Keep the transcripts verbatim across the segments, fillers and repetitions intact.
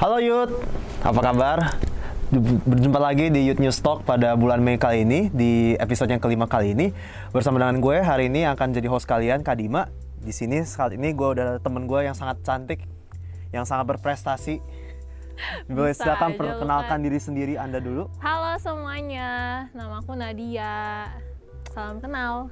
Halo Yud, apa kabar? Berjumpa lagi di Youth News Talk pada bulan Mei kali ini, di episode yang kelima kali ini. Bersama dengan gue hari ini akan jadi host kalian, Kadima. Di sini saat ini gue udah ada temen gue yang sangat cantik, yang sangat berprestasi. Boleh silakan perkenalkan diri sendiri Anda dulu. Halo semuanya, nama aku Nadia. Salam kenal.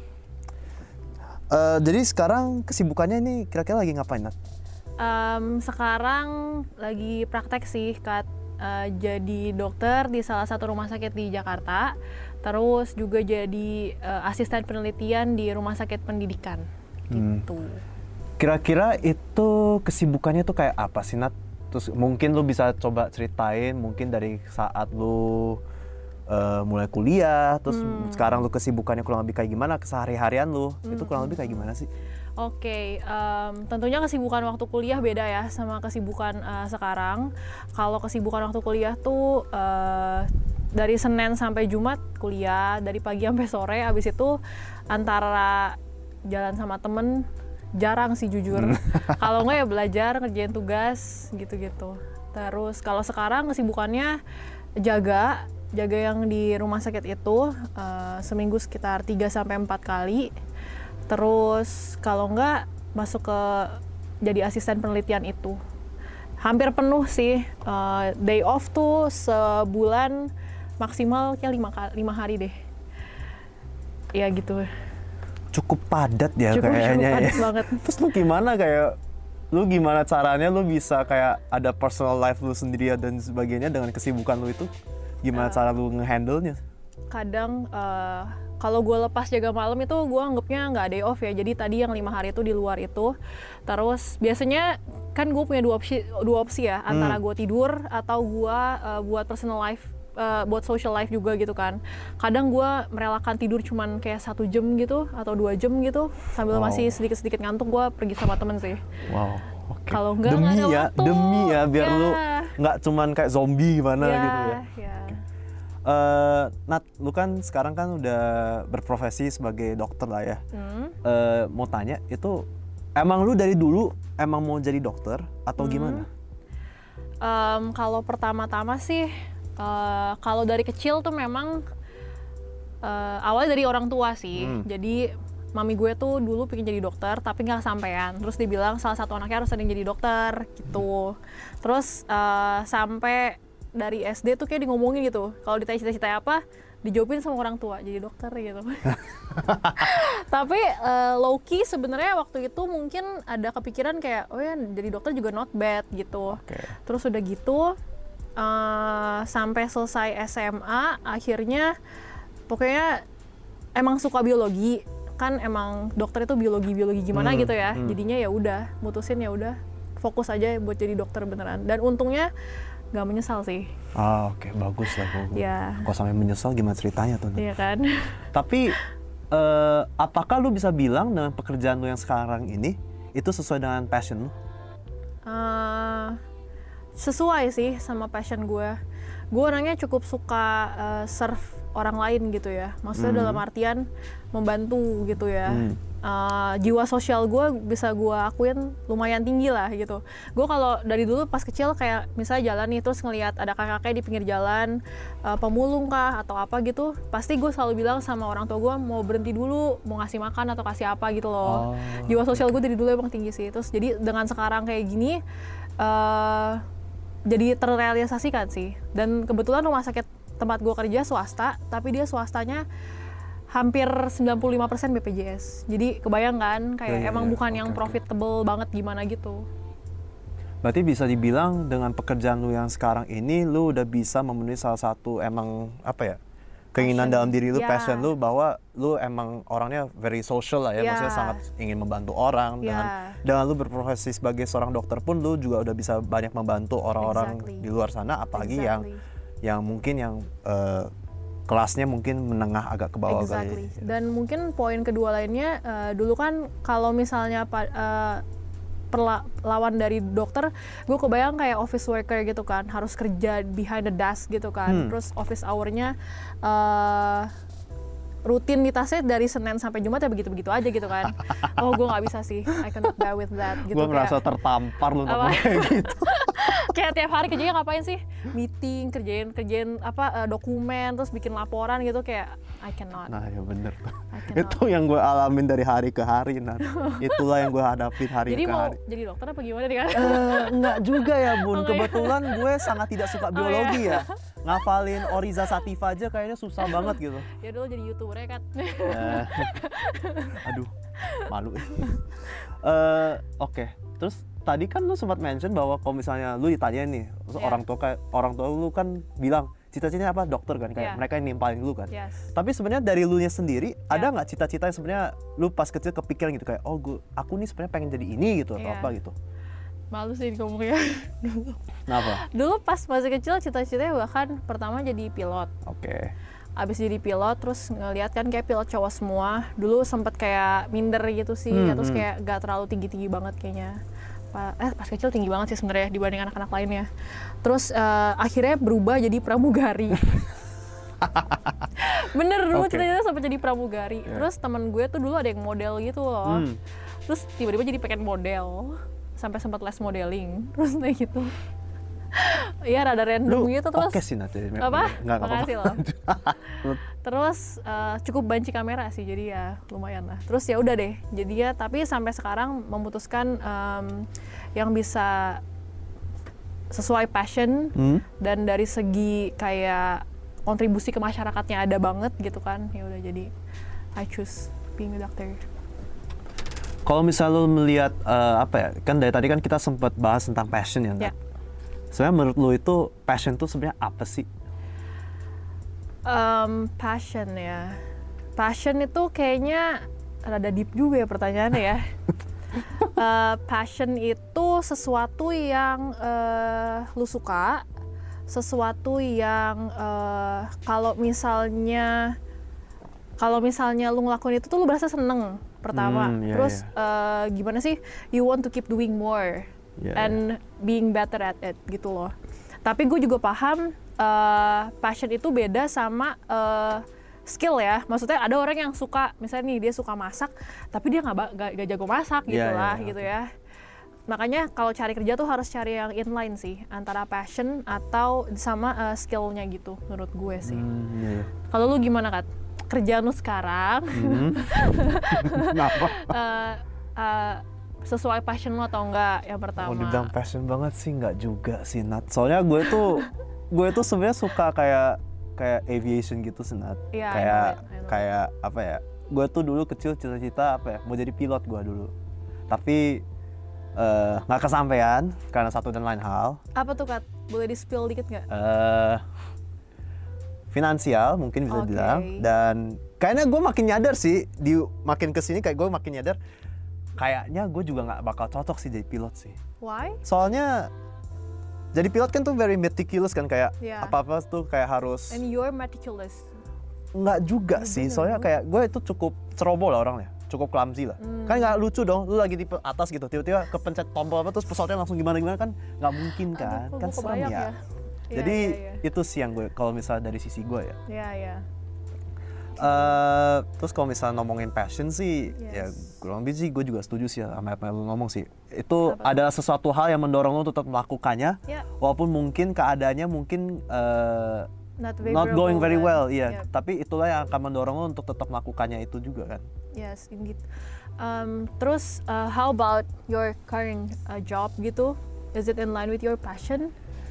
Uh, jadi sekarang kesibukannya ini kira-kira lagi ngapain, Nat? Um, sekarang lagi praktek sih, Kat. Uh, jadi dokter di salah satu rumah sakit di Jakarta. Terus juga jadi uh, asisten penelitian di rumah sakit pendidikan. Gitu. Hmm. Kira-kira itu kesibukannya tuh kayak apa sih, Nat? Terus mungkin lu bisa coba ceritain mungkin dari saat lu uh, mulai kuliah, terus hmm. sekarang lu kesibukannya kurang lebih kayak gimana, kesehari-harian lu, hmm. itu kurang lebih kayak gimana sih? Oke, okay, um, tentunya kesibukan waktu kuliah beda ya sama kesibukan uh, sekarang. Kalau kesibukan waktu kuliah tuh uh, dari Senin sampai Jumat kuliah, dari pagi sampai sore, abis itu antara jalan sama temen, jarang sih jujur. Kalau nggak ya belajar, ngerjain tugas, gitu-gitu. Terus kalau sekarang kesibukannya jaga, jaga yang di rumah sakit itu uh, seminggu sekitar tiga sampai empat kali. Terus kalau nggak masuk ke jadi asisten penelitian itu. Hampir penuh sih, uh, day off tuh sebulan maksimal kayak lima, lima hari deh. Ya gitu. Cukup padat ya cukup, kayaknya cukup padat ya. Banget. Terus lu gimana kayak, lu gimana caranya lu bisa kayak ada personal life lu sendiri dan sebagainya dengan kesibukan lu itu? Gimana uh, cara lu nge-handle-nya? Kadang uh, kalau gue lepas jaga malam itu gue anggapnya nggak day off ya. Jadi tadi yang lima hari itu di luar itu. Terus biasanya kan gue punya dua opsi, dua opsi ya. Antara hmm. gue tidur atau gue uh, buat personal life, uh, buat social life juga gitu kan. Kadang gue merelakan tidur cuman kayak satu jam gitu atau dua jam gitu. Sambil wow. masih sedikit-sedikit ngantuk gue pergi sama temen sih. Wow. Okay. Kalau enggak demi nggak ada ya, waktu. demi ya biar yeah. lu nggak cuman kayak zombie gimana yeah, gitu ya. Yeah. Okay. Uh, Nat, lu kan sekarang kan udah berprofesi sebagai dokter lah ya. Hmm. Uh, mau tanya, itu emang lu dari dulu emang mau jadi dokter atau hmm. gimana? Um, kalau pertama-tama sih, uh, kalau dari kecil tuh memang uh, awalnya dari orang tua sih. Hmm. Jadi mami gue tuh dulu pengen jadi dokter tapi nggak kesampean. Terus dibilang salah satu anaknya harus ada yang jadi dokter gitu. Hmm. Terus uh, sampai dari S D tuh kayak di ngomongin gitu, kalau ditanya cita-cita apa, dijawabin sama orang tua jadi dokter gitu. Tapi uh, low key sebenarnya waktu itu mungkin ada kepikiran kayak, oh ya jadi dokter juga not bad gitu. Okay. Terus udah gitu uh, sampai selesai S M A, akhirnya pokoknya emang suka biologi, kan emang dokter itu biologi biologi gimana hmm, gitu ya. Hmm. Jadinya ya udah, mutusin ya udah fokus aja buat jadi dokter beneran. Dan untungnya nggak menyesal sih. Ah oke, okay. Bagus lah. Ya. Kok sampai menyesal gimana ceritanya tuh? Iya kan. Tapi uh, apakah lu bisa bilang dengan pekerjaan lu yang sekarang ini itu sesuai dengan passion lu? Uh, sesuai sih sama passion gue. Gue orangnya cukup suka uh, serve orang lain gitu ya. Maksudnya hmm. dalam artian membantu gitu ya. Hmm. Uh, jiwa sosial gue bisa gue akuin lumayan tinggi lah gitu. Gue kalau dari dulu pas kecil kayak misalnya jalan nih terus ngelihat ada kakak-kakak di pinggir jalan, uh, pemulung kah atau apa gitu, pasti gue selalu bilang sama orang tua gue mau berhenti dulu, mau ngasih makan atau kasih apa gitu loh. Oh, jiwa sosial gue dari dulu emang tinggi sih. Terus jadi dengan sekarang kayak gini, uh, jadi terrealisasikan sih. Dan kebetulan rumah sakit tempat gue kerja swasta, tapi dia swastanya hampir sembilan puluh lima persen B P J S. Jadi kebayang kan kayak ya, ya, emang ya. bukan okay, yang profitable okay. banget gimana gitu. Berarti bisa dibilang dengan pekerjaan lu yang sekarang ini lu udah bisa memenuhi salah satu emang apa ya? Keinginan passion. Dalam diri lu, yeah. passion lu bahwa lu emang orangnya very social lah ya, yeah. maksudnya sangat ingin membantu orang. Yeah. Dengan dengan lu berprofesi sebagai seorang dokter pun lu juga udah bisa banyak membantu orang-orang exactly. di luar sana, apalagi exactly. yang yang mungkin yang uh, kelasnya mungkin menengah agak ke bawah exactly. kali. Dan mungkin poin kedua lainnya, uh, dulu kan kalau misalnya uh, perlawan dari dokter, gue kebayang kayak office worker gitu kan, harus kerja behind the desk gitu kan, hmm. terus office hour-nya uh, rutinitasnya dari Senin sampai Jumat ya begitu-begitu aja gitu kan. Oh gue nggak bisa sih, I cannot bear with that. Gitu, gue merasa tertampar lu ngomong kayak gitu. kayak tiap hari kerjanya ngapain sih? Meeting, kerjain kerjain apa uh, dokumen, terus bikin laporan gitu kayak I cannot. Nah ya bener tuh. Itu yang gue alamin dari hari ke hari, Nat. Itulah yang gue hadapin hari jadi ke mau hari. jadi dokter apa gimana nih kan? Uh, enggak juga ya Bun, Oh, kebetulan gue sangat tidak suka biologi oh, iya. ya. Ngafalin Oriza Sativa aja kayaknya susah banget gitu. Ya dulu jadi youtuber ya kan. Uh, aduh, malu. uh, Oke, okay. Terus tadi kan lu sempat mention bahwa kalau misalnya lu ditanya nih, yeah. orang tua kayak orang tua lu kan bilang cita-citanya apa dokter kan, kayak yeah. mereka yang nimpalin lu kan. Yes. Tapi sebenarnya dari lu nya sendiri yeah. ada nggak cita-cita yang sebenarnya lu pas kecil kepikiran gitu kayak oh gue aku nih sebenarnya pengen jadi ini gitu atau yeah. apa gitu? Malu sih ngomongnya. Kenapa? Dulu pas masih kecil cita-citanya bahkan pertama jadi pilot. Oke. Okay. Abis jadi pilot terus ngeliat kan kayak pilot cowok semua. Dulu sempet kayak minder gitu sih, hmm, terus hmm. kayak gak terlalu tinggi-tinggi banget kayaknya. Eh pas kecil tinggi banget sih sebenarnya dibanding anak-anak lainnya. Terus uh, akhirnya berubah jadi pramugari. Bener dulu okay. cita-cita sampai jadi pramugari. Yeah. Terus temen gue tuh dulu ada yang model gitu loh. Hmm. Terus tiba-tiba jadi pengen model. Sampai sempat les modeling. Terus kayak gitu. Iya rada random lu gitu terus. Oke sih Nat. Apa? Nggak, Makasih loh. Terus uh, cukup banci kamera sih jadi ya lumayan lah. Terus ya udah deh. Jadi ya tapi sampai sekarang memutuskan um, yang bisa sesuai passion hmm? dan dari segi kayak kontribusi ke masyarakatnya ada banget gitu kan. Ya udah jadi I choose being a doctor. Kalau misalnya lu melihat uh, apa ya? Kan dari tadi kan kita sempat bahas tentang passion ya. Yeah. Sebenarnya menurut lu itu passion tuh sebenarnya apa sih? Um, passion ya, passion itu kayaknya rada deep juga ya pertanyaannya ya. uh, passion itu sesuatu yang uh, lu suka, sesuatu yang uh, kalau misalnya kalau misalnya lu ngelakuin itu tuh lu berasa seneng pertama, hmm, yeah, terus yeah. Uh, gimana sih? You want to keep doing more. Yeah, and yeah. being better at it gitu loh. Tapi gue juga paham uh, passion itu beda sama uh, skill ya. Maksudnya ada orang yang suka, misalnya nih dia suka masak, tapi dia nggak nggak jago masak gitu yeah, lah yeah, gitu okay. ya. Makanya kalau cari kerja tuh harus cari yang inline sih, antara passion atau sama uh, skillnya gitu menurut gue sih. Mm, yeah, yeah. Kalau lu gimana Kat? Kerjaan lu sekarang? Mm-hmm. Kenapa? uh, uh, sesuai passion lo atau enggak yang pertama? Mau dibilang passion banget sih enggak juga sih Nat. Soalnya gue tuh gue tuh sebenarnya suka kayak kayak aviation gitu sih Nat. Yeah, kayak I know it, I know. kayak apa ya? Gue tuh dulu kecil cita-cita apa ya? Mau jadi pilot gue dulu. Tapi nggak uh, kesampaian karena satu dan lain hal. Apa tuh Kat? Boleh di-spill dikit nggak? Uh, finansial mungkin bisa okay. dibilang. Dan kayaknya gue makin nyadar sih di makin kesini kayak gue makin nyadar. Kayaknya gue juga nggak bakal cocok sih jadi pilot sih. Why? Soalnya jadi pilot kan tuh very meticulous kan kayak yeah. apa-apa tuh kayak harus. And you're meticulous. Nggak juga ya, sih, bener. soalnya kayak gue itu cukup ceroboh lah orangnya, cukup clumsy lah. Hmm. Kan nggak lucu dong, lu lagi di atas gitu, tiba-tiba kepencet tombol apa terus pesawatnya langsung gimana-gimana kan nggak mungkin kan, Aduh, kan serem ya. ya. Jadi ya, ya, ya. itu sih yang gue kalau misalnya dari sisi gue ya. Iya iya. Uh, terus kalau misalnya ngomongin passion sih, yes. ya kurang lebih sih gue juga setuju sih sama apa yang lu ngomong sih. Itu apa adalah sesuatu hal yang mendorong lu tetap melakukannya, yeah. walaupun mungkin keadaannya mungkin uh, not, not going very well, iya. Yeah. Tapi itulah yang akan mendorong lu untuk tetap melakukannya itu juga kan. Yes, indeed. Um, terus uh, how about your current uh, job gitu? Is it in line with your passion?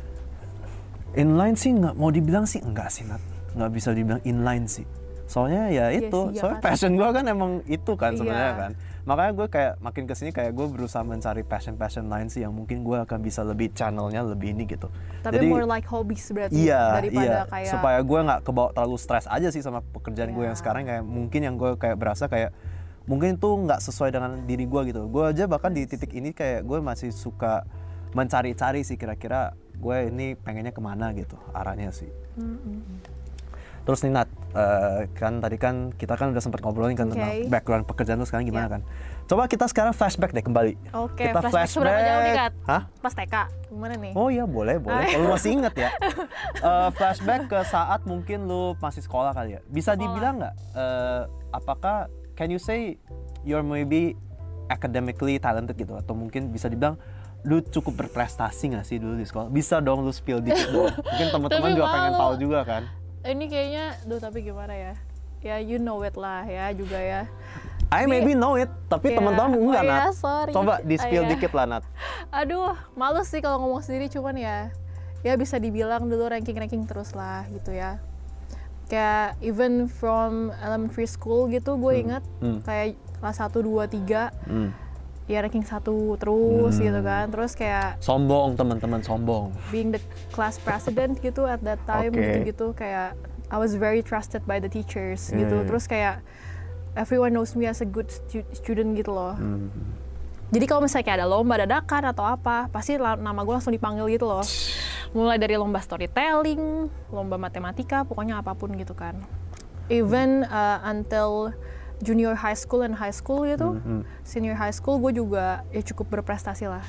Inline sih nggak mau dibilang sih enggak sih Nat, nggak bisa dibilang inline sih. Soalnya ya itu, yes, soalnya kan. Passion gue kan emang itu kan sebenarnya yeah. kan. Makanya gue kayak makin kesini kayak gue berusaha mencari passion-passion lain sih yang mungkin gue akan bisa lebih channelnya lebih ini gitu. Tapi jadi, more like hobbies berarti iya, daripada iya. kayak. Supaya gue nggak kebawa terlalu stres aja sih sama pekerjaan yeah. gue yang sekarang kayak mungkin yang gue kayak berasa kayak mungkin itu nggak sesuai dengan diri gue gitu. Gue aja bahkan di titik ini kayak gue masih suka mencari-cari sih kira-kira gue ini pengennya kemana gitu arahnya sih. Mm-hmm. Terus nih Nat, uh, kan tadi kan kita kan udah sempat ngobrolin kan okay. tentang background pekerjaan lu sekarang gimana yeah. kan. Coba kita sekarang flashback deh kembali. Oke, okay, kita flashback, flashback seberapa jauh nih Kat? Hah? Pas T K, gimana nih? Oh iya boleh, boleh. Kalau lu masih inget ya. Uh, flashback ke saat mungkin lu masih sekolah kali ya. Bisa sekolah. Dibilang nggak, uh, apakah, can you say you're maybe academically talented gitu? Atau mungkin bisa dibilang lu cukup berprestasi nggak sih dulu di sekolah? Bisa dong lu spill dikit dong. Mungkin teman-teman juga malu. pengen tahu juga kan. Ini kayaknya, duh tapi gimana ya? Ya you know it lah ya juga ya. I maybe know it, tapi ya, teman-teman enggak, oh Nat. Ya, sorry. Coba di spill Ah, ya. dikit lah, Nat. Aduh, males sih kalau ngomong sendiri, cuman ya, ya bisa dibilang dulu ranking-ranking terus lah gitu ya. Kayak even from elementary school gitu, gue Hmm. inget Hmm. kayak kelas satu, dua, tiga, Hmm. ya ranking satu terus Hmm. gitu kan. Terus kayak Sombong teman-teman, sombong. being the class president gitu at that time Oke. gitu-gitu kayak I was very trusted by the teachers Yeah, gitu. yeah. Terus kayak everyone knows me as a good stu- student gitu loh. Hmm. Jadi kalau misalnya kayak ada lomba dadakan atau apa, pasti la- nama gue langsung dipanggil gitu loh. Mulai dari lomba storytelling, lomba matematika, pokoknya apapun gitu kan. Even uh, until junior high school and high school gitu, Hmm. senior high school gue juga ya cukup berprestasi lah.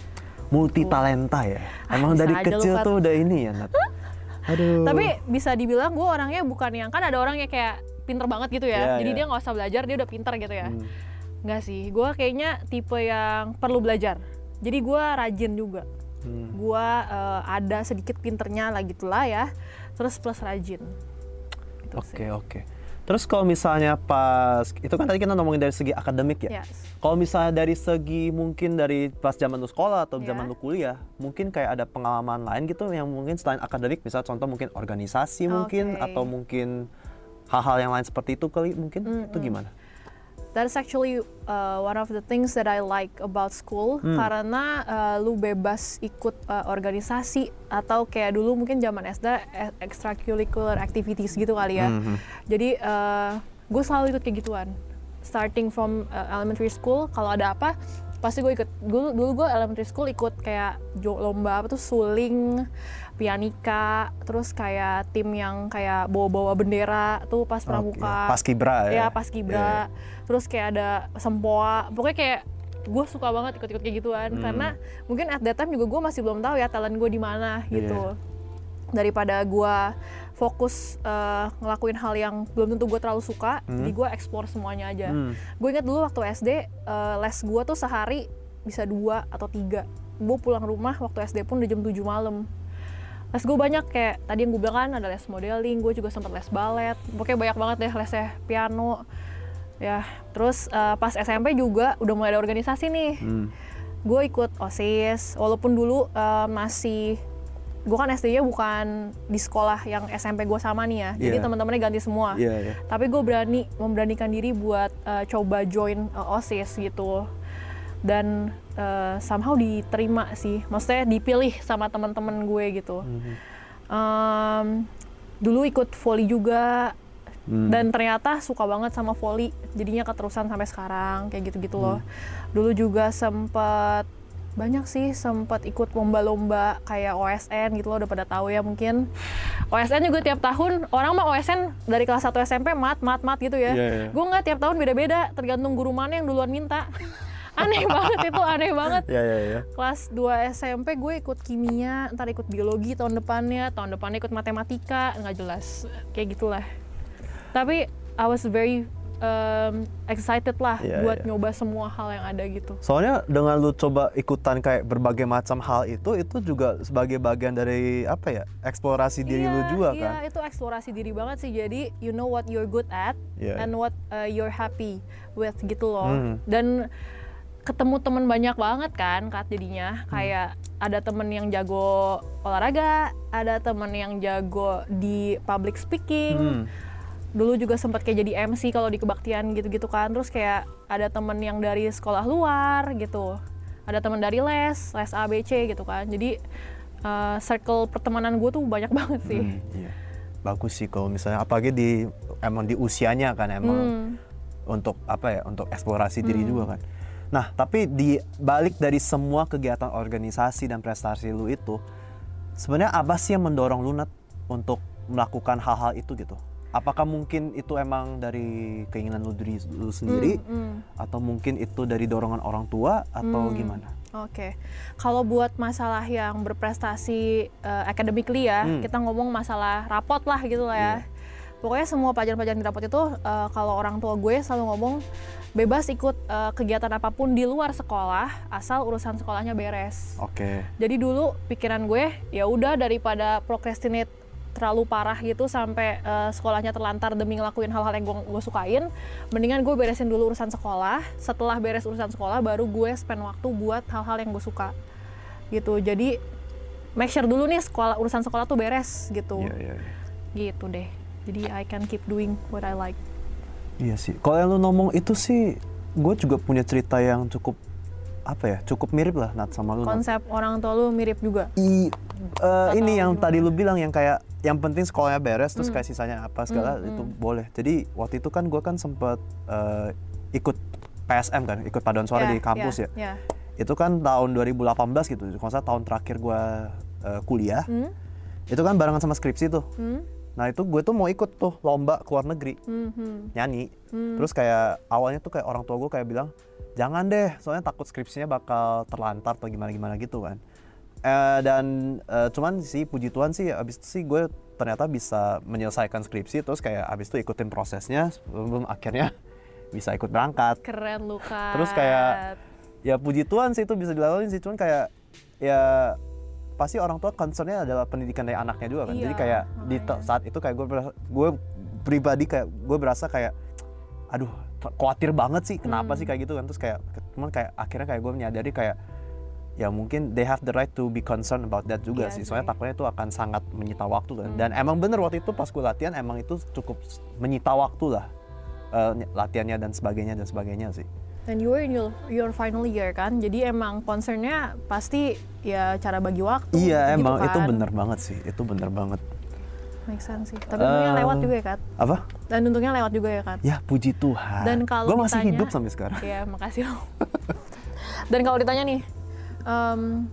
Multi talenta ya. Emang bisa dari aja lu, kecil Kat. tuh udah ini ya, Nat. Aduh. Tapi bisa dibilang gue orangnya bukan yang, kan ada orang yang kayak pinter banget gitu ya, Yeah, jadi yeah. dia nggak usah belajar, dia udah pinter gitu ya. Hmm. Nggak sih, gue kayaknya tipe yang perlu belajar. Jadi gue rajin juga. Hmm. Gue uh, ada sedikit pinternya lah gitulah ya, terus plus rajin. Gitu Oke, sih. oke. Terus kalau misalnya pas, itu kan tadi kita ngomongin dari segi akademik ya. Yes. Kalau misalnya dari segi mungkin dari pas zaman lu sekolah atau Ya. zaman lu kuliah, mungkin kayak ada pengalaman lain gitu yang mungkin selain akademik, misal contoh mungkin organisasi mungkin, Oke. atau mungkin hal-hal yang lain seperti itu kali mungkin, Mm-mm. itu gimana? That's actually uh, one of the things that I like about school, Hmm. karena uh, lu bebas ikut uh, organisasi atau kayak dulu mungkin zaman S D e- extracurricular activities gitu kali ya. Mhm. Jadi uh, gue selalu ikut kayak gituan. Starting from uh, elementary school, kalau ada apa pasti gue ikut. Dulu dulu gue elementary school ikut kayak jo- lomba apa tuh suling, pianika, terus kayak tim yang kayak bawa-bawa bendera tuh pas pramuka. Oke, Paskibra ya. Ya, Paskibra. Iya. Terus kayak ada sempoa. Pokoknya kayak gue suka banget ikut-ikut kayak gituan, Hmm. karena mungkin at that time juga gue masih belum tahu ya talent gue di mana gitu. Iya. Daripada gue fokus uh, ngelakuin hal yang belum tentu gue terlalu suka, Hmm. jadi gue explore semuanya aja. Hmm. Gue inget dulu waktu S D, uh, les gue tuh sehari bisa dua atau tiga. Gue pulang rumah waktu S D pun udah jam tujuh malam. Les gue banyak, kayak tadi yang gue bilang kan ada les modeling, gue juga sempat les balet. Pokoknya banyak banget deh lesnya, piano. Ya, terus uh, pas S M P juga udah mulai ada organisasi nih. Hmm. Gue ikut OSIS, walaupun dulu uh, masih, gue kan S D-nya bukan di sekolah yang S M P gue sama nih ya, jadi Yeah. teman-temannya ganti semua. Iya, iya. Tapi gue berani memberanikan diri buat uh, coba join uh, OSIS gitu, dan uh, somehow diterima sih, maksudnya dipilih sama teman-teman gue gitu. Mhm. Um, dulu ikut volley juga. Hmm. Dan ternyata suka banget sama volley, jadinya keterusan sampai sekarang kayak gitu-gitu loh. Dulu juga sempet banyak sih, sempet ikut lomba-lomba kayak O S N gitu loh, udah pada tahu ya mungkin. O S N juga tiap tahun, orang mah O S N dari kelas satu S M P mat, mat, mat gitu ya. Iya, iya. Gue nggak, tiap tahun beda-beda, tergantung guru mana yang duluan minta. Aneh banget itu, aneh banget. Iya, iya, iya. Kelas dua S M P gue ikut kimia, ntar ikut biologi tahun depannya, tahun depannya ikut matematika, nggak jelas, kayak gitulah. Tapi I was very um, excited lah Iya, buat iya. nyoba semua hal yang ada gitu. Soalnya dengan lu coba ikutan kayak berbagai macam hal itu, itu juga sebagai bagian dari apa ya, eksplorasi diri lu juga iya, kan? Iya, itu eksplorasi diri banget sih. Jadi you know what you're good at Iya, and what uh, you're happy with gitu loh. Hmm. Dan ketemu temen banyak banget kan, Kat, jadinya kayak ada temen yang jago olahraga, ada temen yang jago di public speaking. Hmm. Dulu juga sempat kayak jadi M C kalau di kebaktian gitu-gitu kan. Terus kayak ada temen yang dari sekolah luar gitu, ada temen dari les, les A B C gitu kan. Jadi uh, circle pertemanan gue tuh banyak banget sih. Hmm, iya. Bagus sih kalau misalnya, apalagi di emang di usianya kan emang Hmm. untuk apa ya, untuk eksplorasi diri juga kan. Nah, tapi di balik dari semua kegiatan organisasi dan prestasi lu itu, sebenarnya apa sih yang mendorong lu, Nat, untuk melakukan hal-hal itu gitu? Apakah mungkin itu emang dari keinginan lu diri lu sendiri, Hmm, atau mungkin itu dari dorongan orang tua, atau Hmm. gimana? Oke, kalau buat masalah yang berprestasi uh, academically ya, Hmm. kita ngomong masalah rapot lah gitu lah ya. Iya. pokoknya semua pelajaran-pelajaran didapat itu uh, kalau orang tua gue selalu ngomong bebas ikut uh, kegiatan apapun di luar sekolah asal urusan sekolahnya beres. Oke. Okay. Jadi dulu pikiran gue ya udah daripada procrastinate terlalu parah gitu sampai uh, sekolahnya terlantar demi ngelakuin hal-hal yang gue, gue sukain, mendingan gue beresin dulu urusan sekolah. Setelah beres urusan sekolah baru gue spend waktu buat hal-hal yang gue suka gitu. Jadi make sure dulu nih sekolah urusan sekolah tuh beres gitu. Iya, iya, iya. Gitu deh. Jadi I can keep doing what I like. Iya sih. Kalau yang lu ngomong itu sih, gue juga punya cerita yang cukup apa ya, cukup mirip lah Nat sama lu. Konsep Nat. orang tua lu mirip juga. I, uh, ini yang gimana? tadi lu bilang yang kayak yang penting sekolahnya beres, terus hmm. kayak sisanya apa segala hmm, itu hmm. boleh. Jadi waktu itu kan gue kan sempet uh, ikut P S M kan, ikut paduan suara yeah, di kampus yeah, ya. Yeah. Itu kan tahun dua ribu delapan belas gitu, kalau saya tahun terakhir gue uh, kuliah. Hmm? Itu kan barengan sama skripsi tuh. Hmm? Nah itu gue tuh mau ikut tuh lomba ke luar negeri, mm-hmm. nyanyi. Mm. Terus kayak awalnya tuh kayak orang tua gue kayak bilang, jangan deh, soalnya takut skripsinya bakal terlantar atau gimana-gimana gitu kan. Eh, dan eh, cuman sih puji Tuhan sih abis itu sih gue ternyata bisa menyelesaikan skripsi, terus kayak abis itu ikutin prosesnya sebelum akhirnya bisa ikut berangkat. Keren lu Kat. Terus kayak ya puji Tuhan sih itu bisa dilakuin sih, cuman kayak ya pasti orang tua concernnya adalah pendidikan dari anaknya juga kan. Iya, jadi kayak makanya. Di saat itu kayak gue berasa, gue pribadi kayak gue berasa kayak aduh khawatir banget sih kenapa hmm. sih kayak gitu kan. Terus kayak cuman kayak akhirnya kayak gue menyadari kayak ya mungkin they have the right to be concerned about that juga iya, sih. Soalnya takutnya itu akan sangat menyita waktu kan. Hmm. Dan emang bener waktu itu pas gue latihan emang itu cukup menyita waktu lah uh, latihannya dan sebagainya dan sebagainya sih. Dan you were in your, your final year kan, jadi emang concernnya pasti ya cara bagi waktu. Iya gitu emang kan. itu bener banget sih, itu bener banget. Make sense sih, tapi untungnya um, lewat juga ya Kat. Apa? Dan untungnya lewat juga ya Kat. Ya puji Tuhan. Dan kalau gue masih ditanya, hidup sampai sekarang. Iya makasih loh. Dan kalau ditanya nih, um,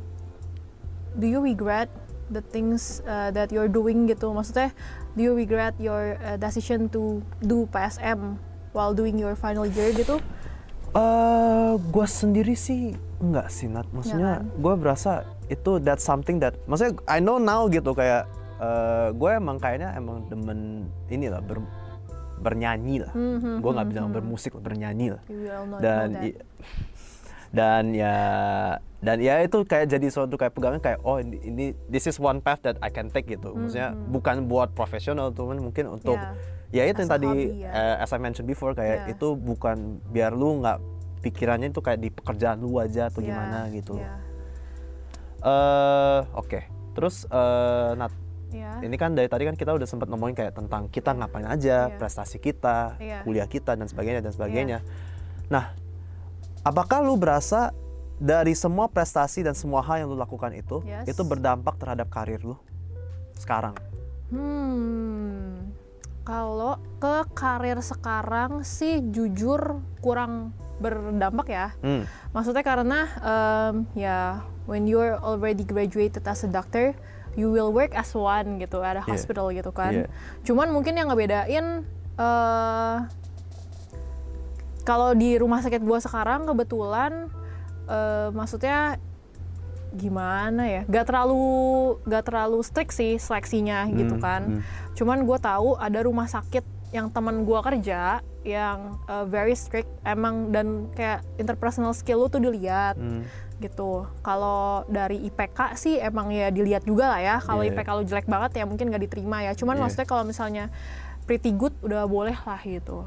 do you regret the things uh, that you're doing gitu? Maksudnya, do you regret your uh, decision to do P S M while doing your final year gitu? Uh, gue sendiri sih enggak sih Nat, maksudnya ya kan? Gue berasa itu that's something that, maksudnya I know now gitu kayak uh, gue emang kayaknya emang demen inilah ber, bernyanyi lah, mm-hmm, gue nggak bilang mm-hmm. bermusik, bernyanyi lah, dan i, dan ya dan ya itu kayak jadi suatu kayak pegangan kayak oh ini, ini this is one path that I can take gitu, mm-hmm. maksudnya bukan buat profesional cuman mungkin untuk yeah. Ya itu yang tadi hobby, ya. uh, as I mentioned before kayak yeah. itu bukan biar lu nggak pikirannya itu kayak di pekerjaan lu aja atau yeah. gimana gitu. Yeah. Uh, Oke, okay. Terus uh, Nat, yeah. ini kan dari tadi kan kita udah sempat ngomongin kayak tentang kita ngapain aja, yeah. prestasi kita, yeah. kuliah kita dan sebagainya dan sebagainya. Yeah. Nah, apakah lu berasa dari semua prestasi dan semua hal yang lu lakukan itu, yes. itu berdampak terhadap karir lu sekarang? Hmm. Kalau ke karir sekarang sih jujur kurang berdampak ya. Hmm. Maksudnya karena um, ya when you're already graduated as a doctor, you will work as one gitu at a hospital yeah. gitu kan. Yeah. Cuman mungkin yang ngebedain uh, kalau di rumah sakit gua sekarang kebetulan uh, maksudnya gimana ya, gak terlalu gak terlalu strict sih seleksinya hmm, gitu kan. Hmm. Cuman gue tahu ada rumah sakit yang teman gue kerja yang uh, very strict emang, dan kayak interpersonal skill lu tuh dilihat hmm. gitu. Kalau dari I P K sih emang ya dilihat juga lah ya. Kalau yeah. I P K lu jelek banget ya mungkin gak diterima ya. Cuman yeah. maksudnya kalau misalnya pretty good udah boleh lah gitu.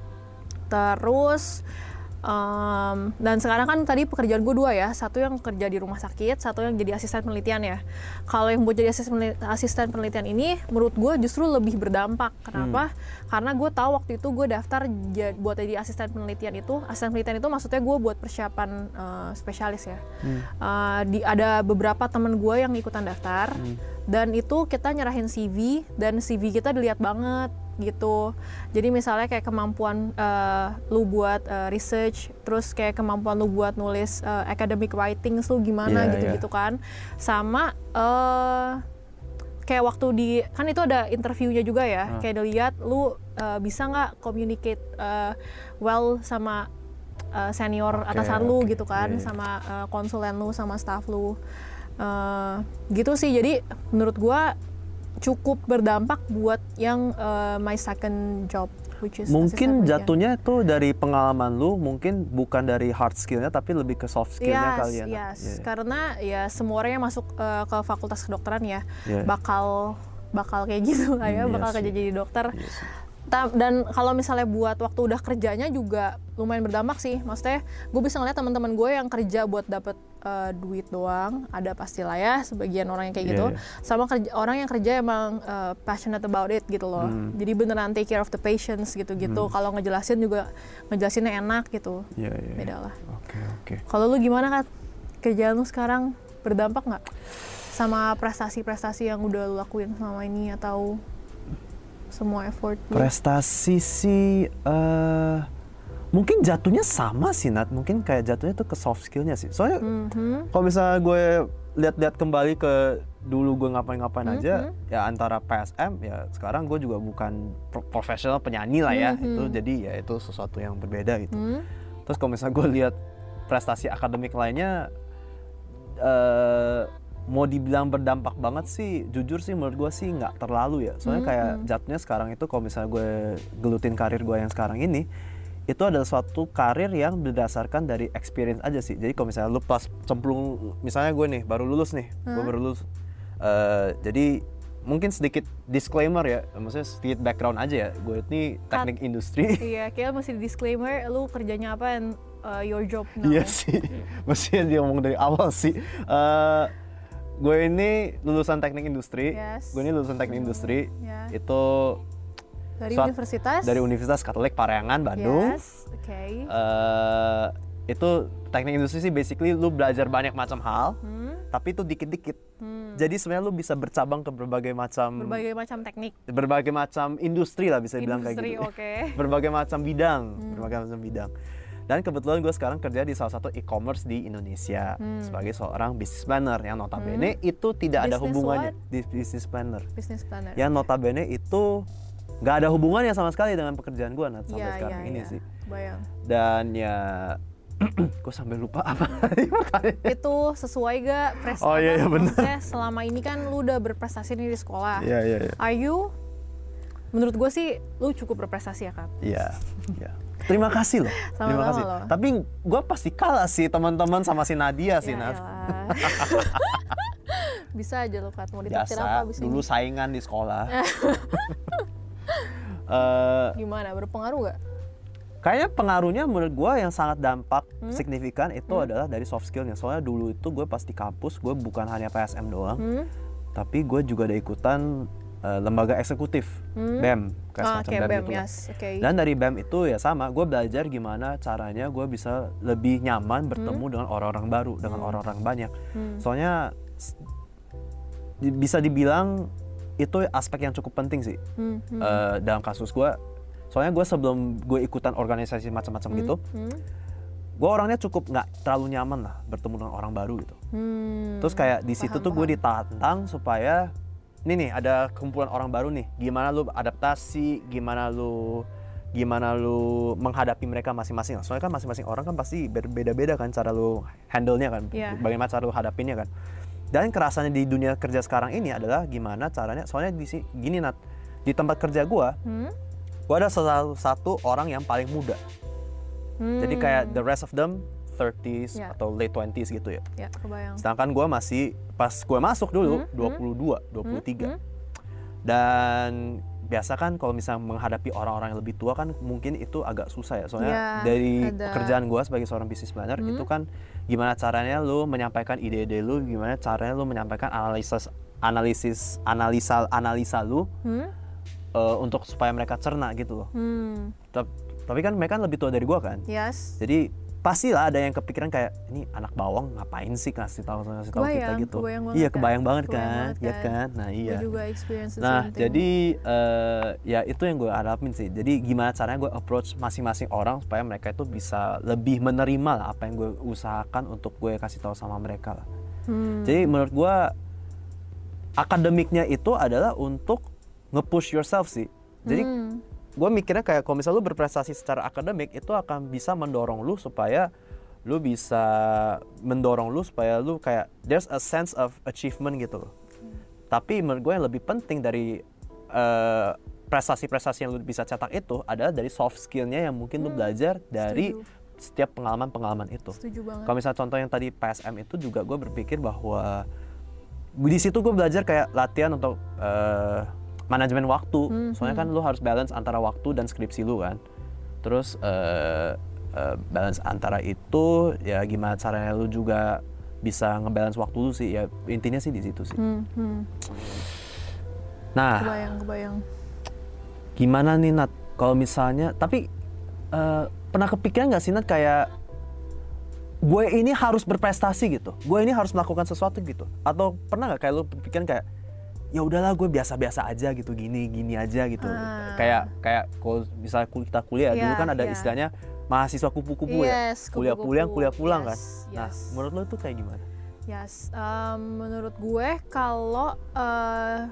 Terus Um, dan sekarang kan tadi pekerjaan gue dua ya, satu yang kerja di rumah sakit, satu yang jadi asisten penelitian ya. Kalau yang buat jadi asisten, asisten penelitian ini, menurut gue justru lebih berdampak. Kenapa? Hmm. Karena gue tahu waktu itu gue daftar j- buat jadi asisten penelitian itu, asisten penelitian itu maksudnya gue buat persiapan uh, spesialis ya. Hmm. Uh, di, ada beberapa teman gue yang ikutan daftar, hmm. dan itu kita nyerahin C V, dan C V kita dilihat banget gitu. Jadi misalnya kayak kemampuan uh, lu buat uh, research, terus kayak kemampuan lu buat nulis uh, academic writing lu gimana yeah, gitu-gitu yeah. kan. Sama uh, kayak waktu di, kan itu ada interviewnya juga ya, uh. kayak dilihat lu uh, bisa nggak communicate uh, well sama uh, senior okay, atasan okay. lu gitu kan, yeah, yeah. sama uh, konsulen lu, sama staff lu. Uh, gitu sih. Jadi menurut gua cukup berdampak buat yang uh, my second job, which is mungkin jatuhnya itu dari pengalaman lu, mungkin bukan dari hard skillnya tapi lebih ke soft skillnya yes, kali ya. Yes, yeah. Karena ya semua orang yang masuk uh, ke fakultas kedokteran ya yeah. bakal bakal kayak gitu lah ya, hmm, bakal yes, kerja jadi dokter. Yes. Dan kalau misalnya buat waktu udah kerjanya juga lumayan berdampak sih. Maksudnya gue bisa ngeliat teman-teman gue yang kerja buat dapet uh, duit doang, ada pastilah ya sebagian orang yang kayak gitu. Yeah, yeah. Sama kerja, orang yang kerja emang uh, passionate about it gitu loh. Hmm. Jadi beneran take care of the patients gitu-gitu. Hmm. Kalau ngejelasin juga ngejelasinnya enak gitu. Yeah, yeah, yeah. Beda lah. Oke okay, oke. Okay. Kalau lu gimana Kat? Kerjaan lu sekarang berdampak nggak sama prestasi-prestasi yang udah lu lakuin selama ini atau semua effort? Prestasi sih uh, mungkin jatuhnya sama sih Nat, mungkin kayak jatuhnya tuh ke soft skillnya sih. Soalnya mm-hmm. kalau misalnya gue lihat-lihat kembali ke dulu gue ngapain-ngapain mm-hmm. aja, ya antara P S M ya sekarang gue juga bukan pro- profesional penyanyi lah ya, mm-hmm. itu jadi ya itu sesuatu yang berbeda gitu. Mm-hmm. Terus kalau misalnya gue lihat prestasi akademik lainnya, uh, mau dibilang berdampak banget sih, jujur sih menurut gue sih nggak terlalu ya. Soalnya kayak mm-hmm. jatuhnya sekarang itu kalau misalnya gue gelutin karir gue yang sekarang ini, itu adalah suatu karir yang berdasarkan dari experience aja sih. Jadi kalau misalnya lu pas cemplung, misalnya gue nih baru lulus nih, hmm? gue baru lulus. Uh, jadi mungkin sedikit disclaimer ya, maksudnya sedikit background aja ya. Gue ini teknik Kat, industri. Iya, kayak masih disclaimer, lu kerjanya apa and uh, your job now. Iya sih, mestinya dia ngomong dari awal sih. Uh, gue ini lulusan teknik industri, yes. gue ini lulusan teknik hmm, industri, yeah. itu dari suat, universitas? Dari Universitas Katolik Parahyangan, Bandung. Yes, oke. Okay. Uh, itu teknik industri sih basically lu belajar banyak macam hal, hmm. tapi itu dikit-dikit. Hmm. Jadi sebenarnya lu bisa bercabang ke berbagai macam berbagai macam teknik, berbagai macam industri lah bisa dibilang kayak gitu. Okay. Berbagai macam bidang, hmm. berbagai macam bidang. Dan kebetulan gue sekarang kerja di salah satu e-commerce di Indonesia hmm. sebagai seorang business planner yang notabene hmm. itu tidak business ada hubungannya what? di business planner. Business planner. Yang notabene itu nggak ada hubungannya sama sekali dengan pekerjaan gue Nat, sampai ya, sekarang ya, ini ya. sih. Bayang. Dan ya, gue sampai lupa apa itu sesuai gak prestasi? Oh iya, iya benar. Selama ini kan lu udah berprestasi nih di sekolah. Iya iya. iya. Are you? Menurut gue sih lu cukup berprestasi ya Kak. Iya. Iya. Terima kasih loh. Sama Terima kasih. Loh. Tapi gue pasti kalah sih teman-teman sama si Nadia sih ya, Nat. Bisa aja lo Kat, mau ditraktir Biasa, apa abis dulu ini? saingan di sekolah. uh, Gimana, berpengaruh gak? Kayaknya pengaruhnya menurut gue yang sangat dampak hmm? signifikan itu hmm? adalah dari soft skillnya. Soalnya dulu itu gue pas di kampus, gue bukan hanya P S M doang, hmm? tapi gue juga ada ikutan uh, lembaga eksekutif, hmm? B E M, kayak ah, semacam okay, B E M, B E M gitu. Yes. Okay. Dan dari B E M itu ya sama, gue belajar gimana caranya gue bisa lebih nyaman bertemu hmm? dengan orang-orang baru, dengan hmm? orang-orang banyak. Hmm. Soalnya bisa dibilang itu aspek yang cukup penting sih hmm, hmm. Uh, dalam kasus gue. Soalnya gue sebelum gue ikutan organisasi macam-macam hmm, gitu, hmm. gue orangnya cukup nggak terlalu nyaman lah bertemu dengan orang baru gitu. Hmm, Terus kayak di situ tuh gue ditantang supaya, nih nih ada kumpulan orang baru nih, gimana lu adaptasi, gimana lu gimana lu menghadapi mereka masing-masing. Soalnya kan masing-masing orang kan pasti berbeda-beda kan cara lu handle-nya kan, yeah. bagaimana cara lu hadapinnya kan. Dan kerasannya di dunia kerja sekarang ini adalah gimana caranya, soalnya di sini gini Nat, di tempat kerja gue, hmm? gue ada satu, satu orang yang paling muda. Hmm. Jadi kayak the rest of them thirties yeah. atau late twenties gitu ya. Ya, kebayang. Sedangkan gue masih, pas gue masuk dulu hmm? dua puluh dua, dua puluh tiga. Hmm? Dan biasa kan kalau misalnya menghadapi orang-orang yang lebih tua kan mungkin itu agak susah ya. Soalnya yeah, dari ada. pekerjaan gue sebagai seorang business planner hmm? itu kan gimana caranya lu menyampaikan ide-ide lu, gimana caranya lu menyampaikan analisis analisis analisa analisa lu hmm? uh, untuk supaya mereka cerna gitu loh. Hmm. Tapi kan mereka lebih tua dari gue kan. Yes. Jadi pastilah ada yang kepikiran kayak ini anak bawang ngapain sih ngasih tahu ngasih tahu kita gitu. Kebayang iya kebayang kan? banget kebayang kan, banget ya kan. Nah iya. Gue juga experience the nah same thing. jadi uh, ya itu yang gue harapin sih. Jadi gimana caranya gue approach masing-masing orang supaya mereka itu bisa lebih menerima lah apa yang gue usahakan untuk gue kasih tahu sama mereka lah. Hmm. Jadi menurut gue akademiknya itu adalah untuk nge-push yourself sih. Jadi hmm. gue mikirnya kayak kalau misalnya lu berprestasi secara akademik itu akan bisa mendorong lu supaya lu bisa mendorong lu supaya lu kayak there's a sense of achievement gitu loh. Tapi menurut gue yang lebih penting dari uh, prestasi-prestasi yang lu bisa cetak itu adalah dari soft skill-nya yang mungkin hmm, lu belajar dari setuju. Setiap pengalaman-pengalaman itu. Setuju banget. Kalau misalnya contoh yang tadi P S M itu juga gue berpikir bahwa di situ gue belajar kayak latihan untuk uh, manajemen waktu. Hmm, Soalnya hmm. kan lu harus balance antara waktu dan skripsi lu kan. Terus uh, uh, balance antara itu ya gimana caranya lu juga bisa ngebalance waktu lu sih, ya intinya sih di situ sih. Hmm, hmm. Nah, kebayang, kebayang. Gimana nih Nat, kalau misalnya, tapi uh, pernah kepikiran nggak sih Nat kayak gue ini harus berprestasi gitu, gue ini harus melakukan sesuatu gitu, atau pernah nggak kayak lu pikiran kayak ya udahlah gue biasa-biasa aja gitu, gini gini aja gitu, ah. kayak kayak kalau misalnya kita kuliah yeah, dulu kan ada yeah. istilahnya mahasiswa kupu-kupu yes, ya, kuliah pulang, kuliah pulang yes, kan. Nah, yes. menurut lo tuh kayak gimana? Yes, um, menurut gue kalau uh,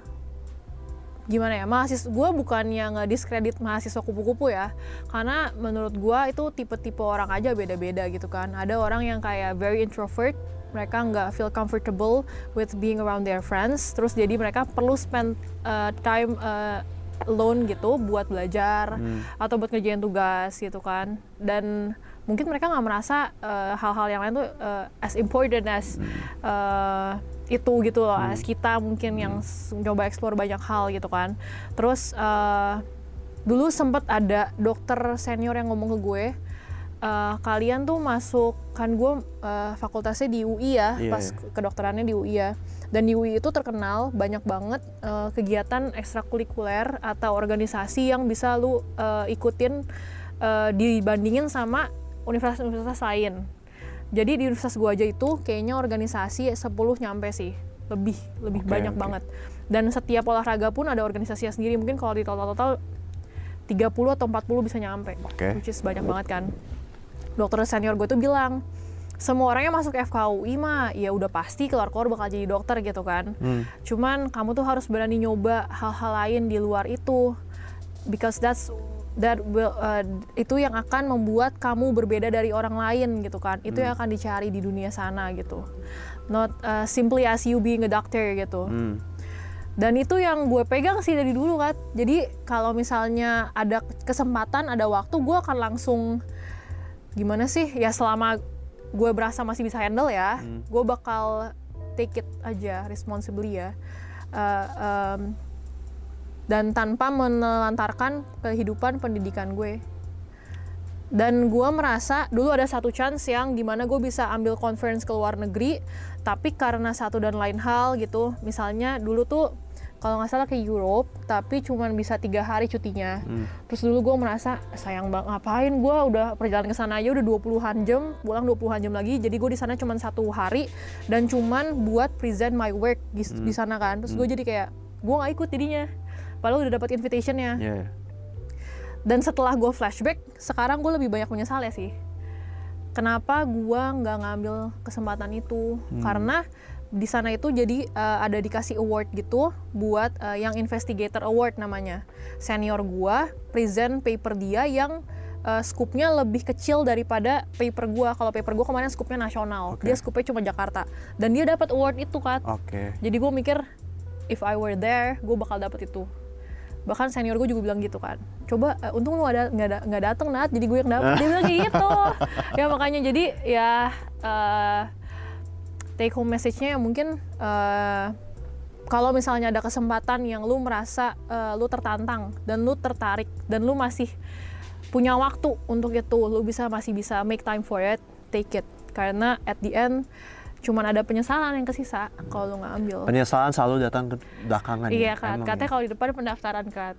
gimana ya, mahasiswa gue bukannya nge-diskredit mahasiswa kupu-kupu ya, karena menurut gue itu tipe-tipe orang aja beda-beda gitu kan. Ada orang yang kayak very introvert, mereka nggak feel comfortable with being around their friends, terus jadi mereka perlu spend uh, time uh, alone gitu buat belajar hmm. atau buat ngerjain tugas gitu kan. Dan mungkin mereka nggak merasa uh, hal-hal yang lain tuh uh, as important as uh, itu gitu loh, hmm. as kita mungkin yang coba explore banyak hal gitu kan. Terus uh, dulu sempet ada dokter senior yang ngomong ke gue, uh, kalian tuh masuk, kan gue uh, fakultasnya di U I ya, yeah, pas yeah. kedokterannya di U I ya. Dan di U I itu terkenal banyak banget uh, kegiatan ekstrakurikuler atau organisasi yang bisa lu uh, ikutin uh, dibandingin sama universitas-universitas lain. Jadi di universitas gua aja itu kayaknya organisasi sepuluh nyampe sih, lebih lebih okay, banyak okay. banget. Dan setiap olahraga pun ada organisasinya sendiri, mungkin kalau di total-total tiga puluh atau empat puluh bisa nyampe, okay. which is banyak banget kan. Dokter senior gue tuh bilang, semua orang yang masuk F K U I mah ya udah pasti keluar-keluar bakal jadi dokter gitu kan. Hmm. Cuman kamu tuh harus berani nyoba hal-hal lain di luar itu, because that's that will uh, itu yang akan membuat kamu berbeda dari orang lain gitu kan. Itu hmm. yang akan dicari di dunia sana gitu. Not uh, simply as you being a doctor gitu. Hmm. Dan itu yang gue pegang sih dari dulu kan. Jadi kalau misalnya ada kesempatan, ada waktu, gue akan langsung gimana sih ya, selama gue berasa masih bisa handle ya, hmm. gue bakal take it aja responsibly ya, uh, um, dan tanpa menelantarkan kehidupan pendidikan gue. Dan gue merasa dulu ada satu chance yang dimana gue bisa ambil conference ke luar negeri, tapi karena satu dan lain hal gitu, misalnya dulu tuh kalau nggak salah ke Europe, tapi cuman bisa tiga hari cutinya. Hmm. Terus dulu gue merasa sayang banget, ngapain gue udah perjalanan ke sana aja udah dua puluhan jam, pulang dua puluhan jam lagi. Jadi gue di sana cuman satu hari dan cuman buat present my work di, hmm. di sana kan. Terus hmm. gue jadi kayak gue nggak ikut jadinya, padahal udah dapat invitationnya. Yeah. Dan setelah gue flashback, sekarang gue lebih banyak menyesal ya sih. Kenapa gue nggak ngambil kesempatan itu? Hmm. Karena di sana itu jadi uh, ada dikasih award gitu buat uh, yang investigator award namanya. Senior gua present paper dia yang uh, scoopnya lebih kecil daripada paper gua. Kalau paper gua kemarin scoopnya nasional, okay. dia scoopnya cuma Jakarta. Dan dia dapat award itu kan. Okay. Jadi gua mikir if I were there, gua bakal dapat itu. Bahkan senior gue juga bilang gitu kan. Coba uh, untung lu ada nggak da, nggak dateng Nat, jadi gue yang dapet. Dia bilang gitu. Ya makanya jadi ya. Uh, take home message-nya mungkin uh, kalau misalnya ada kesempatan yang lu merasa uh, lu tertantang dan lu tertarik dan lu masih punya waktu untuk itu, lu bisa masih bisa make time for it, take it. Karena at the end cuman ada penyesalan yang kesisa kalau lu nggak ambil. Penyesalan selalu datang ke belakangan. Iya kan, katanya kalau di depan pendaftaran kan.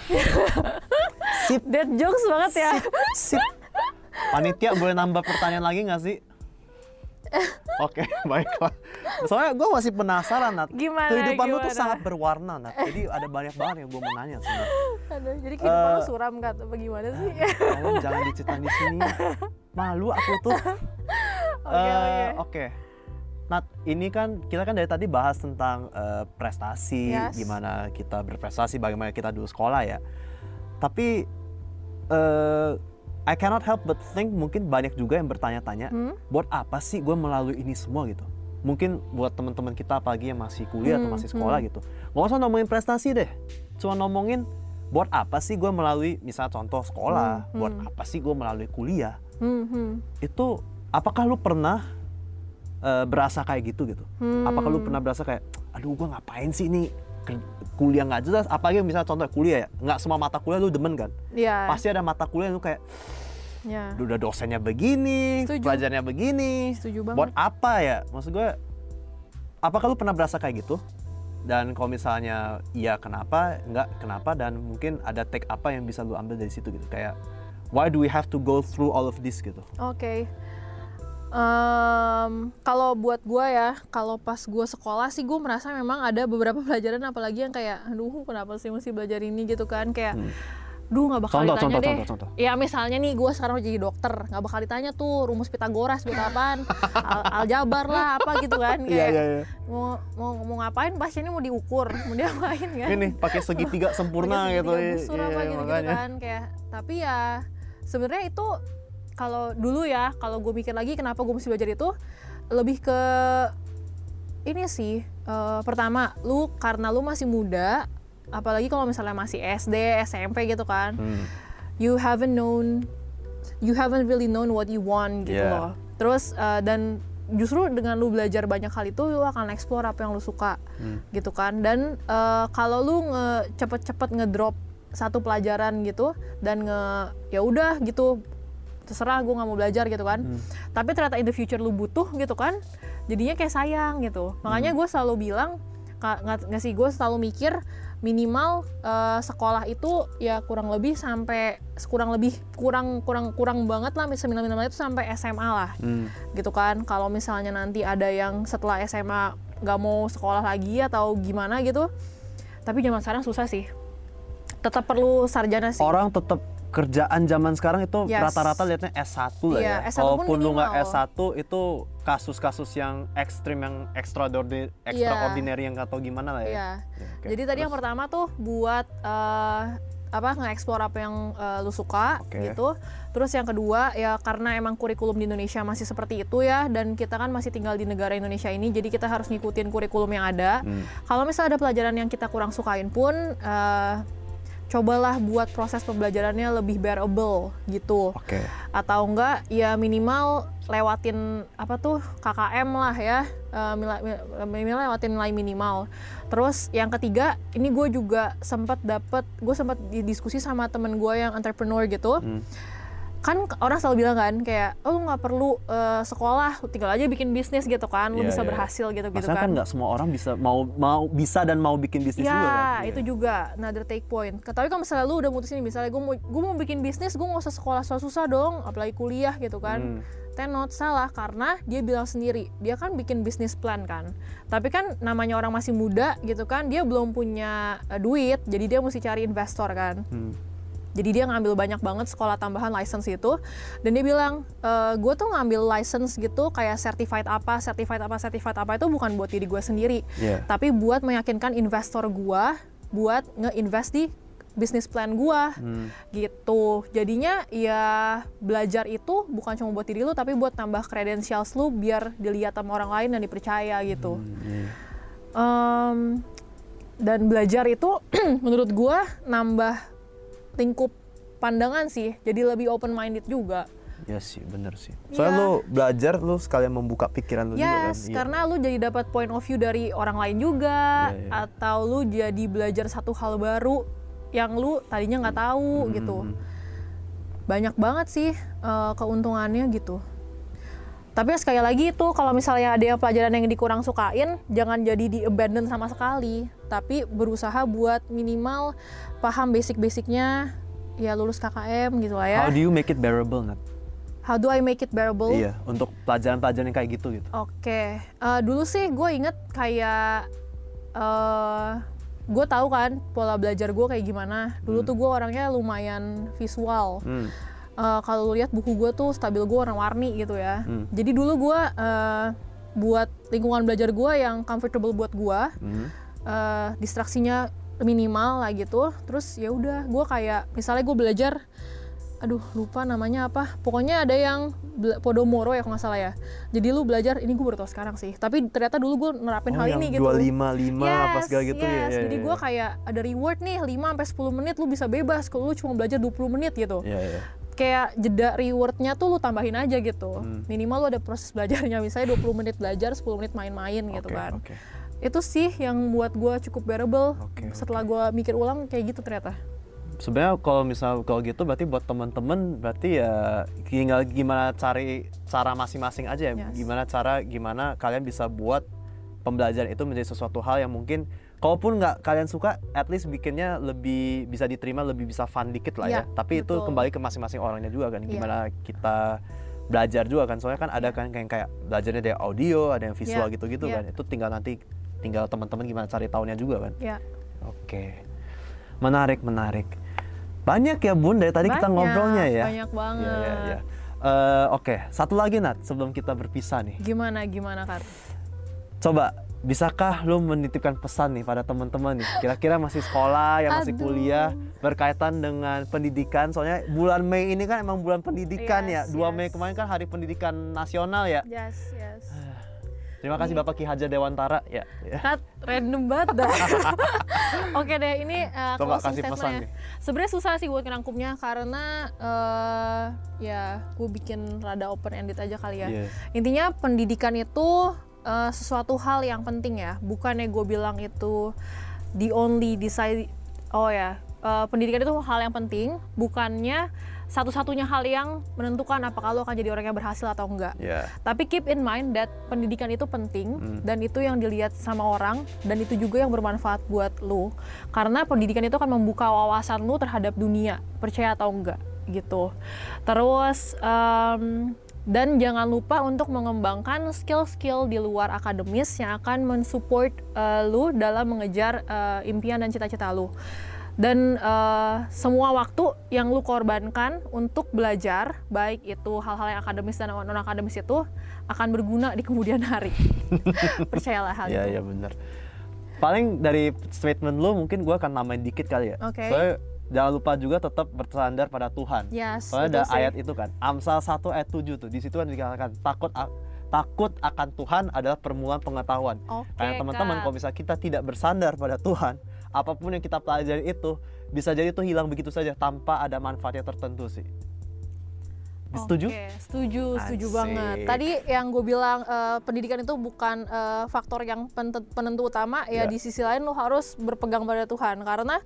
Sip. Dead jokes banget ya. Sip. Sip. Panitia boleh nambah pertanyaan lagi nggak sih? Oke, okay, baiklah. Soalnya gue masih penasaran, Nat. Gimana, kehidupan gimana? lu tuh sangat berwarna, Nat. Jadi ada banyak banget yang gue mau nanya sebenarnya. Aduh, jadi kehidupan uh, lu suram kan? Apa gimana sih? Tolong jangan diceritain di sini. Malu aku tuh. Oke, okay, uh, oke. Okay. Okay. Nat, ini kan kita kan dari tadi bahas tentang uh, prestasi, yes. gimana kita berprestasi, bagaimana kita dulu sekolah ya. Tapi uh, I cannot help but think mungkin banyak juga yang bertanya-tanya, hmm? buat apa sih gue melalui ini semua gitu? mungkin buat teman-teman kita apalagi yang masih kuliah Hmm, atau masih sekolah hmm. gitu, nggak usah ngomongin prestasi deh, cuma ngomongin buat apa sih gue melalui misalnya contoh sekolah, Hmm, buat hmm. apa sih gue melalui kuliah. Hmm, hmm. Itu apakah lu pernah uh, berasa kayak gitu gitu? Hmm. Apakah lu pernah berasa kayak, aduh gue ngapain sih ini kuliah nggak jelas? Apalagi misalnya contoh kuliah ya, nggak semua mata kuliah lu demen kan? Iya. Pasti ada mata kuliah lu kayak, Ya. udah dosennya begini, Setuju. pelajarannya begini, Setuju banget. buat apa ya? Maksud gue, apakah lu pernah berasa kayak gitu? Dan kalau misalnya iya kenapa, enggak kenapa, dan mungkin ada take apa yang bisa lu ambil dari situ gitu? Kayak, why do we have to go through all of this gitu? Oke. Um, kalau buat gue ya, kalau pas gue sekolah sih gue merasa memang ada beberapa pelajaran apalagi yang kayak, aduh kenapa sih mesti belajar ini gitu kan, kayak, Hmm. duh nggak bakal Contoh, ditanya contoh, deh. contoh, contoh. Ya misalnya nih gue sekarang mau jadi dokter, nggak bakal ditanya tuh rumus Pitagoras buat apaan, Al aljabar lah apa gitu kan, kayak Iya, iya, iya. mau mau mau ngapain pasiennya mau diukur, mau diapain kan? Ini pakai segitiga sempurna Pakai gitu. segitiga busur Iya, apa iya, gitu-gitu makanya. kan, kayak tapi ya sebenarnya itu kalau dulu ya, kalau gue mikir lagi kenapa gue mesti belajar itu lebih ke ini sih, eh, pertama lu karena lu masih muda, apalagi kalau misalnya masih S D, S M P gitu kan, Hmm. you haven't known, you haven't really known what you want gitu Yeah. loh. Terus uh, dan justru dengan lu belajar banyak hal itu, lu akan explore apa yang lu suka, Hmm. gitu kan. Dan uh, kalau lu nge cepet-cepet ngedrop satu pelajaran gitu dan nge ya udah gitu, terserah gue nggak mau belajar gitu kan. Hmm. Tapi ternyata in the future lu butuh gitu kan, jadinya kayak sayang gitu. Makanya Hmm. gue selalu bilang, nggak nggak sih, gue selalu mikir minimal uh, sekolah itu ya kurang lebih sampai kurang lebih kurang kurang kurang banget lah, misalnya minimal itu sampai S M A lah, Hmm. gitu kan. Kalau misalnya nanti ada yang setelah S M A nggak mau sekolah lagi atau gimana gitu, tapi zaman sekarang susah sih, tetap perlu sarjana sih. Orang tetap kerjaan zaman sekarang itu Yes. rata-rata liatnya S satu lah Iya, ya. S satu pun Kalaupun lu nggak minimal. S satu itu kasus-kasus yang ekstrim, yang extraordinary, extraordinary yang atau gimana lah ya. Iya. Ya, oke. Jadi tadi yang Terus? pertama tuh buat uh, apa nge-explore apa yang uh, lu suka, Oke. gitu. Terus yang kedua ya karena emang kurikulum di Indonesia masih seperti itu ya, dan kita kan masih tinggal di negara Indonesia ini, jadi kita harus ngikutin kurikulum yang ada. Hmm. Kalau misalnya ada pelajaran yang kita kurang sukain pun, uh, cobalah buat proses pembelajarannya lebih bearable gitu. Oke. Atau enggak ya minimal lewatin apa tuh K K M lah ya, uh, mila- minimal lewatin nilai minimal. Terus yang ketiga, ini gue juga sempat dapet, gue sempat diskusi sama temen gue yang entrepreneur gitu. Hmm. Kan orang selalu bilang kan kayak, oh lu nggak perlu uh, sekolah, lu tinggal aja bikin bisnis gitu kan, lu Iya, bisa iya. berhasil gitu gitu Masalah kan. kan nggak semua orang bisa mau mau bisa dan mau bikin bisnis Ya, juga kan. itu Iya. juga another take point. Tapi kalau misalnya lu udah mutusin, misalnya gue mau gue mau bikin bisnis, gue nggak usah sekolah susah-susah dong, apalagi kuliah gitu kan. Hmm. Tenot salah, karena dia bilang sendiri, dia kan bikin bisnis plan kan. Tapi kan namanya orang masih muda gitu kan, dia belum punya uh, duit, jadi dia mesti cari investor kan. Hmm. Jadi dia ngambil banyak banget sekolah tambahan license itu, dan dia bilang, e, gue tuh ngambil license gitu kayak certified apa, certified apa, certified apa itu bukan buat diri gue sendiri, Iya. tapi buat meyakinkan investor gue buat nge-invest di bisnis plan gue, Hmm. gitu. Jadinya ya belajar itu bukan cuma buat diri lu, tapi buat tambah credentials lu biar dilihat sama orang lain dan dipercaya gitu. Hmm, iya. Em, dan belajar itu menurut gue nambah lingkup pandangan sih, jadi lebih open minded juga. Ya sih, bener sih. Soalnya Iya. lu belajar, lu sekalian membuka pikiran lu juga kan. Yes, Iya. karena lu jadi dapat point of view dari orang lain juga, Iya, iya. atau lu jadi belajar satu hal baru yang lu tadinya nggak tahu Hmm, gitu. hmm, hmm. Banyak banget sih eh, keuntungannya gitu. Tapi sekali lagi itu kalau misalnya ada yang pelajaran yang dikurang sukain, jangan jadi di abandon sama sekali, tapi berusaha buat minimal paham basic-basicnya, ya lulus K K M gitu lah ya. How do you make it bearable, Nat? How do I make it bearable? Iya, untuk pelajaran-pelajaran yang kayak gitu gitu. Oke, Eh, dulu sih gue inget kayak eh gue tahu kan pola belajar gue kayak gimana. Dulu Hmm. tuh gue orangnya lumayan visual. Hmm. Eh, kalau lu lihat buku gue tuh stabil gue warna-warni gitu ya. Hmm. Jadi dulu gue eh, buat lingkungan belajar gue yang comfortable buat gue, Hmm. eh, distraksinya minimal lah gitu. Terus ya udah gue kayak misalnya gue belajar aduh lupa namanya apa, pokoknya ada yang bela- Podomoro ya kalau nggak salah ya. Jadi lu belajar, ini gue baru tau sekarang sih, tapi ternyata dulu gue nerapin Oh, hal yang ini gitu. dua lima lima Yes, apa segala gitu yes. ya. ya, Jadi ya, gue ya. kayak ada reward nih lima sampai sepuluh menit lu bisa bebas kalau lu cuma belajar dua puluh menit gitu. Iya, iya. Kayak jeda rewardnya tuh lu tambahin aja gitu. Hmm. Minimal lu ada proses belajarnya, misalnya dua puluh menit belajar, sepuluh menit main-main gitu Oke, kan. oke. Itu sih yang buat gue cukup bearable. Oke, Setelah gue mikir ulang kayak gitu ternyata. Sebenarnya kalau misal kalau gitu berarti buat teman-teman berarti ya tinggal gimana cari cara masing-masing aja ya. Yes. Gimana cara gimana kalian bisa buat pembelajaran itu menjadi sesuatu hal yang mungkin kalaupun nggak kalian suka, at least bikinnya lebih bisa diterima, lebih bisa fun dikit lah ya. Ya, Tapi itu betul. kembali ke masing-masing orangnya juga kan. Iya. Gimana kita belajar juga kan. Soalnya kan ada kan kayak kayak belajarnya dari audio, ada yang visual Ya, gitu-gitu ya. kan. Itu tinggal nanti tinggal teman-teman gimana cari tahunya juga kan. Ya. Oke. Menarik, menarik. Banyak ya Bun dari tadi kita Banyak, ngobrolnya ya. Banyak banget. Iya, iya, iya. Eh, Oke, satu lagi Nat sebelum kita berpisah nih. Gimana gimana kan? Coba, bisakah lu menitipkan pesan nih pada teman-teman nih? Kira-kira masih sekolah, yang masih Aduh. kuliah, berkaitan dengan pendidikan. Soalnya bulan Mei ini kan emang bulan pendidikan Yes, ya. dua yes. Mei kemarin kan Hari Pendidikan Nasional ya. Yes, yes. Terima kasih Bapak Ki Hajar Dewantara ya. ya. Kat, random banget dah. Oke deh, ini uh, Coba closing kasih pesan statement-nya. nih. Sebenarnya susah sih buat ngerangkumnya karena uh, ya gue bikin rada open ended aja kali ya. Iya. Intinya pendidikan itu uh, sesuatu hal yang penting ya. Bukannya gue bilang itu the only decide. Oh ya, uh, pendidikan itu hal yang penting. Bukannya satu-satunya hal yang menentukan apakah lo akan jadi orang yang berhasil atau enggak. Iya. Tapi keep in mind that pendidikan itu penting Hmm. dan itu yang dilihat sama orang dan itu juga yang bermanfaat buat lo. Karena pendidikan itu akan membuka wawasan lo terhadap dunia, percaya atau enggak gitu. Terus um, dan jangan lupa untuk mengembangkan skill-skill di luar akademis yang akan mensupport uh, lo dalam mengejar uh, impian dan cita-cita lo. Dan uh, semua waktu yang lu korbankan untuk belajar, baik itu hal-hal yang akademis dan non-akademis itu akan berguna di kemudian hari. Percayalah hal Iya, itu. iya benar. Paling dari statement lu mungkin gua akan nambahin dikit kali ya. Oke. Soalnya jangan lupa juga tetap bersandar pada Tuhan. Yes, Soalnya ada betul sih. ayat itu kan, Amsal satu ayat tujuh tuh. Di situ kan dikatakan takut a- takut akan Tuhan adalah permulaan pengetahuan. Oke, Karena teman-teman Kak. kalau misalnya kita tidak bersandar pada Tuhan, apapun yang kita pelajari itu bisa jadi itu hilang begitu saja tanpa ada manfaatnya tertentu sih. Setuju? Oke, setuju, setuju Asik. banget. Tadi yang gue bilang eh, pendidikan itu bukan eh, faktor yang pen- penentu utama, ya Ya. di sisi lain lo harus berpegang pada Tuhan karena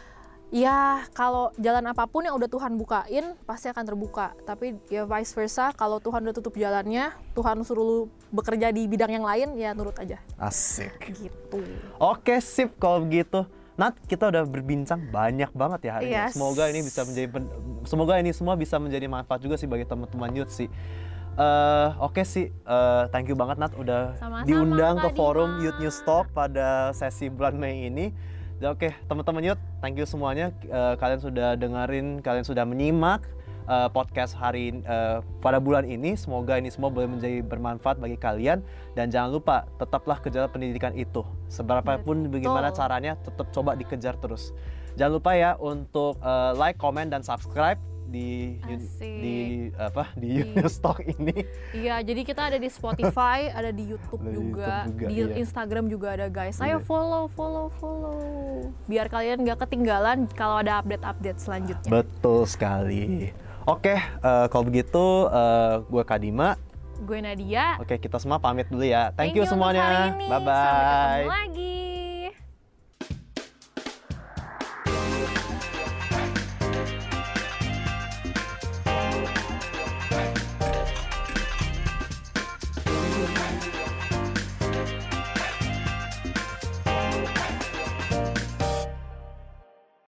ya kalau jalan apapun yang udah Tuhan bukain pasti akan terbuka. Tapi ya vice versa, kalau Tuhan udah tutup jalannya, Tuhan suruh lu bekerja di bidang yang lain, ya nurut aja. Asik. Gitu. Oke, sip kalau begitu. Nat, kita udah berbincang banyak banget ya hari ini. Yes. Semoga ini bisa menjadi pen- semoga ini semua bisa menjadi manfaat juga sih bagi teman-teman youth sih. Eh, Oke sih, eh, thank you banget Nat udah Sama-sama, diundang ke Kak forum Dima. Youth News Talk pada sesi bulan Mei ini. Ya, oke, teman-teman youth, thank you semuanya. Eh, kalian sudah dengerin, kalian sudah menyimak eh, podcast hari eh, pada bulan ini. Semoga ini semua boleh menjadi bermanfaat bagi kalian dan jangan lupa tetaplah kejar pendidikan itu. Seberapapun bagaimana caranya, tetap coba dikejar terus. Jangan lupa ya untuk eh, like, comment dan subscribe di Asik. di apa di Di- Youth News Talk ini. Iya, jadi kita ada di Spotify, ada di YouTube Ada di juga, YouTube juga, di iya. Instagram juga ada guys. Ayo Iya. follow, follow, follow. Biar kalian nggak ketinggalan kalau ada update-update selanjutnya. Betul sekali. Oke, eh, kalau begitu eh, gue Kadima. Gue Nadia. Oke, kita semua pamit dulu ya. Thank, you untuk semuanya. hari ini. Bye Sampai ketemu bye. lagi.